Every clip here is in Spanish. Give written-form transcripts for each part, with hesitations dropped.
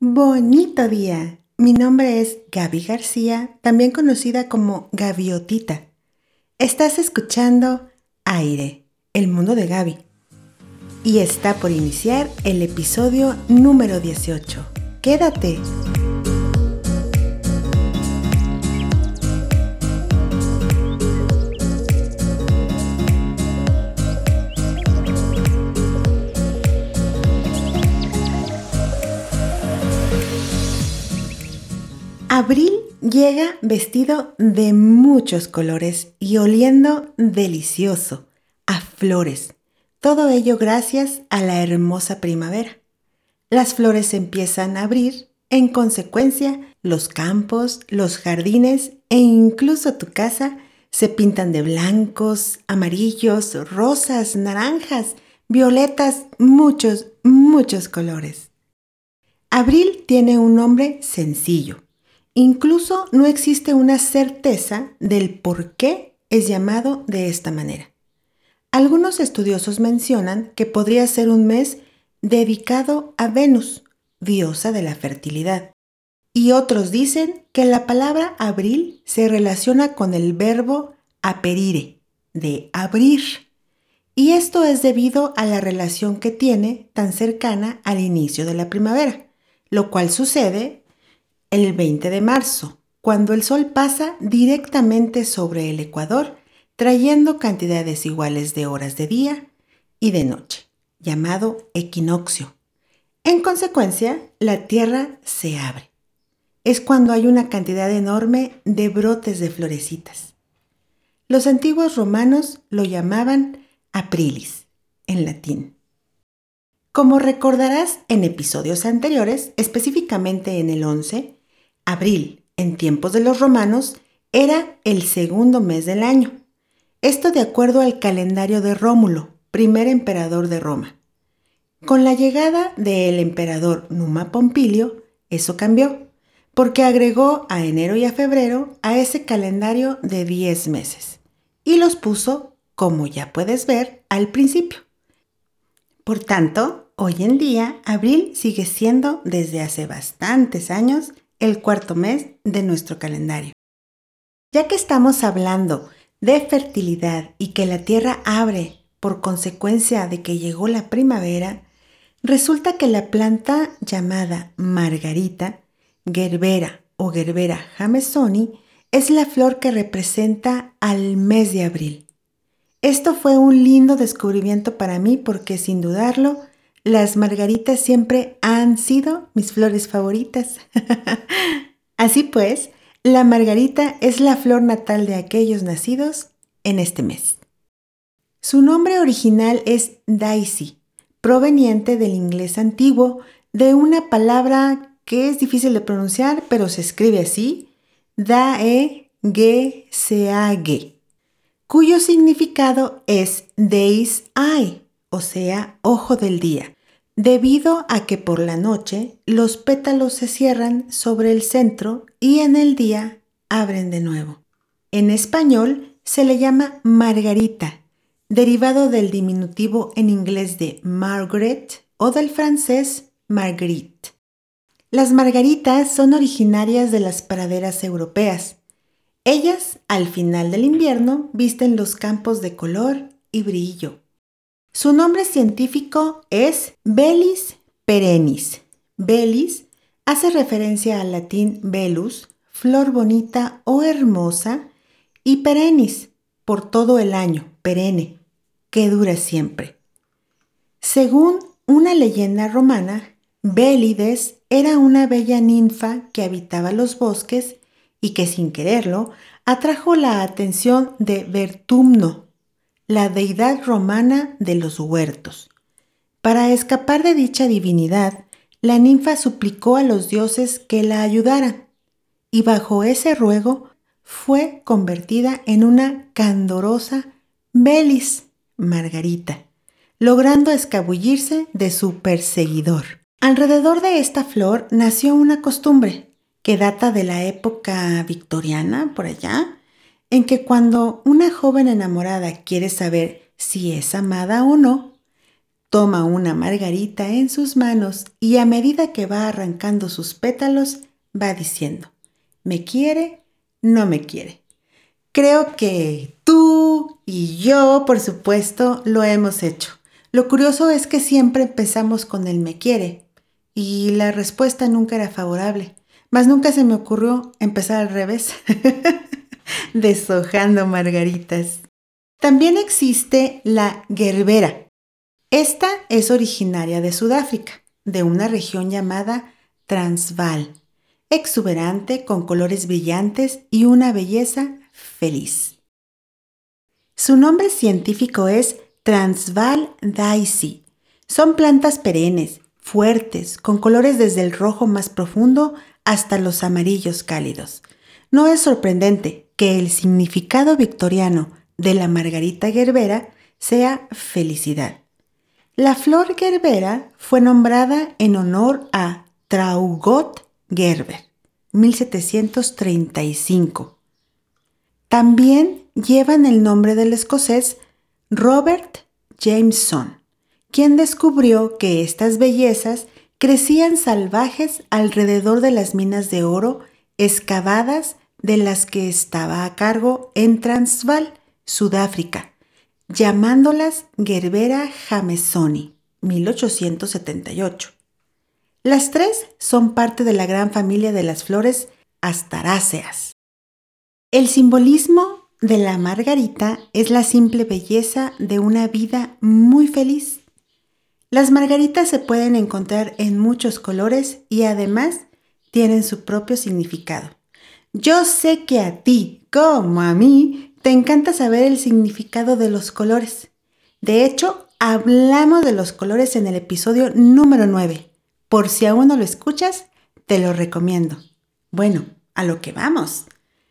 Bonito día. Mi nombre es Gaby García, también conocida como Gaviotita. Estás escuchando Aire, el mundo de Gaby. Y está por iniciar el episodio número 18. ¡Quédate! Abril llega vestido de muchos colores y oliendo delicioso, a flores. Todo ello gracias a la hermosa primavera. Las flores empiezan a abrir, en consecuencia, los campos, los jardines e incluso tu casa se pintan de blancos, amarillos, rosas, naranjas, violetas, muchos colores. Abril tiene un nombre sencillo. Incluso no existe una certeza del por qué es llamado de esta manera. Algunos estudiosos mencionan que podría ser un mes dedicado a Venus, diosa de la fertilidad. Y otros dicen que la palabra abril se relaciona con el verbo aperire, de abrir. Y esto es debido a la relación que tiene tan cercana al inicio de la primavera, lo cual sucede el 20 de marzo, cuando el sol pasa directamente sobre el ecuador, trayendo cantidades iguales de horas de día y de noche, llamado equinoccio. En consecuencia, la tierra se abre. Es cuando hay una cantidad enorme de brotes de florecitas. Los antiguos romanos lo llamaban aprilis, en latín. Como recordarás en episodios anteriores, específicamente en el 11, abril, en tiempos de los romanos, era el segundo mes del año. Esto de acuerdo al calendario de Rómulo, primer emperador de Roma. Con la llegada del emperador Numa Pompilio, eso cambió, porque agregó a enero y a febrero a ese calendario de 10 meses y los puso, como ya puedes ver, al principio. Por tanto, hoy en día, abril sigue siendo, desde hace bastantes años, el cuarto mes de nuestro calendario. Ya que estamos hablando de fertilidad y que la tierra abre por consecuencia de que llegó la primavera, resulta que la planta llamada margarita, gerbera o Gerbera jamesoni, es la flor que representa al mes de abril. Esto fue un lindo descubrimiento para mí porque, sin dudarlo, las margaritas siempre han sido mis flores favoritas. Así pues, la margarita es la flor natal de aquellos nacidos en este mes. Su nombre original es daisy, proveniente del inglés antiguo, de una palabra que es difícil de pronunciar, pero se escribe así, dae-ge-se-a-ge, cuyo significado es day's eye, o sea, ojo del día, debido a que por la noche los pétalos se cierran sobre el centro y en el día abren de nuevo. En español se le llama margarita, derivado del diminutivo en inglés de Margaret o del francés Marguerite. Las margaritas son originarias de las praderas europeas. Ellas, al final del invierno, visten los campos de color y brillo. Su nombre científico es Bellis perennis. Bellis hace referencia al latín bellus, flor bonita o hermosa, y perennis, por todo el año, perenne, que dura siempre. Según una leyenda romana, Bélides era una bella ninfa que habitaba los bosques y que sin quererlo atrajo la atención de Vertumno, la deidad romana de los huertos. Para escapar de dicha divinidad, la ninfa suplicó a los dioses que la ayudaran, y bajo ese ruego fue convertida en una candorosa Bellis, Margarita, logrando escabullirse de su perseguidor. Alrededor de esta flor nació una costumbre que data de la época victoriana, por allá, en que cuando una joven enamorada quiere saber si es amada o no, toma una margarita en sus manos y a medida que va arrancando sus pétalos, va diciendo: ¿me quiere? ¿No me quiere? Creo que tú y yo, por supuesto, lo hemos hecho. Lo curioso es que siempre empezamos con el me quiere y la respuesta nunca era favorable. Mas nunca se me ocurrió empezar al revés, deshojando margaritas. También existe la gerbera. Esta es originaria de Sudáfrica, de una región llamada Transvaal, exuberante con colores brillantes y una belleza feliz. Su nombre científico es Transvaal daisy. Son plantas perennes, fuertes, con colores desde el rojo más profundo hasta los amarillos cálidos. No es sorprendente que el significado victoriano de la margarita gerbera sea felicidad. La flor gerbera fue nombrada en honor a Traugott Gerber, 1735. También llevan el nombre del escocés Robert Jameson, quien descubrió que estas bellezas crecían salvajes alrededor de las minas de oro excavadas de las que estaba a cargo en Transvaal, Sudáfrica, llamándolas Gerbera jamesoni, 1878. Las tres son parte de la gran familia de las flores astaráceas. El simbolismo de la margarita es la simple belleza de una vida muy feliz. Las margaritas se pueden encontrar en muchos colores y además tienen su propio significado. Yo sé que a ti, como a mí, te encanta saber el significado de los colores. De hecho, hablamos de los colores en el episodio número 9. Por si aún no lo escuchas, te lo recomiendo. Bueno, a lo que vamos.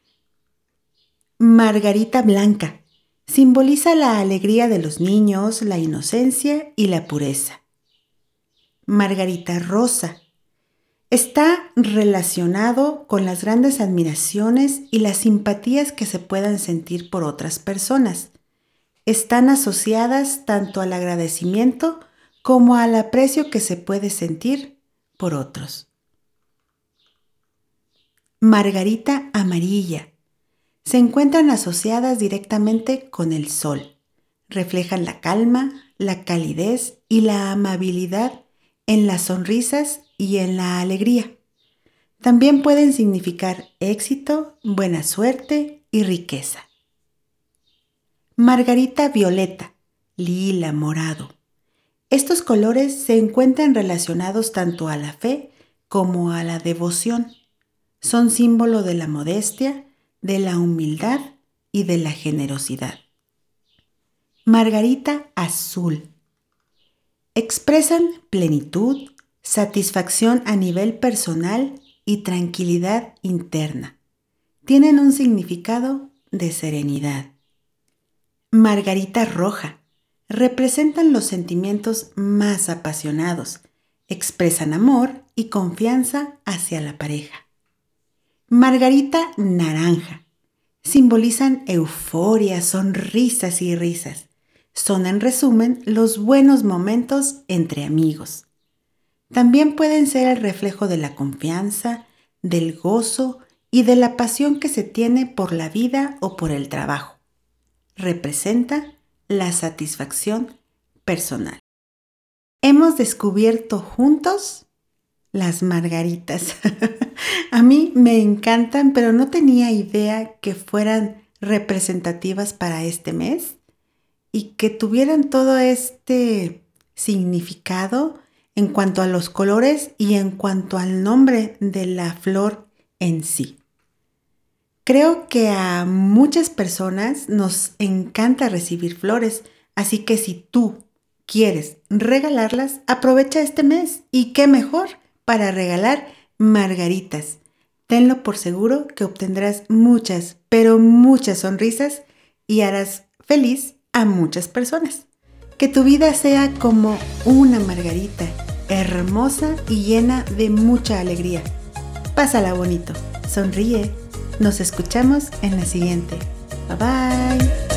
Margarita blanca. Simboliza la alegría de los niños, la inocencia y la pureza. Margarita rosa. Está relacionado con las grandes admiraciones y las simpatías que se puedan sentir por otras personas. Están asociadas tanto al agradecimiento como al aprecio que se puede sentir por otros. Margarita amarilla. Se encuentran asociadas directamente con el sol. Reflejan la calma, la calidez y la amabilidad en las sonrisas y en la alegría. También pueden significar éxito, buena suerte y riqueza. Margarita violeta, lila, morado. Estos colores se encuentran relacionados tanto a la fe como a la devoción. Son símbolo de la modestia, de la humildad y de la generosidad. Margarita azul. Expresan plenitud, satisfacción a nivel personal y tranquilidad interna. Tienen un significado de serenidad. Margarita roja. Representan los sentimientos más apasionados. Expresan amor y confianza hacia la pareja. Margarita naranja. Simbolizan euforia, sonrisas y risas. Son, en resumen, los buenos momentos entre amigos. También pueden ser el reflejo de la confianza, del gozo y de la pasión que se tiene por la vida o por el trabajo. Representa la satisfacción personal. Hemos descubierto juntos las margaritas. A mí me encantan, pero no tenía idea que fueran representativas para este mes y que tuvieran todo este significado en cuanto a los colores y en cuanto al nombre de la flor en sí. Creo que a muchas personas nos encanta recibir flores, así que si tú quieres regalarlas, aprovecha este mes y qué mejor para regalar margaritas. Tenlo por seguro que obtendrás muchas, pero muchas sonrisas y harás feliz a muchas personas. Que tu vida sea como una margarita, hermosa y llena de mucha alegría. Pásala bonito, sonríe. Nos escuchamos en la siguiente. Bye bye.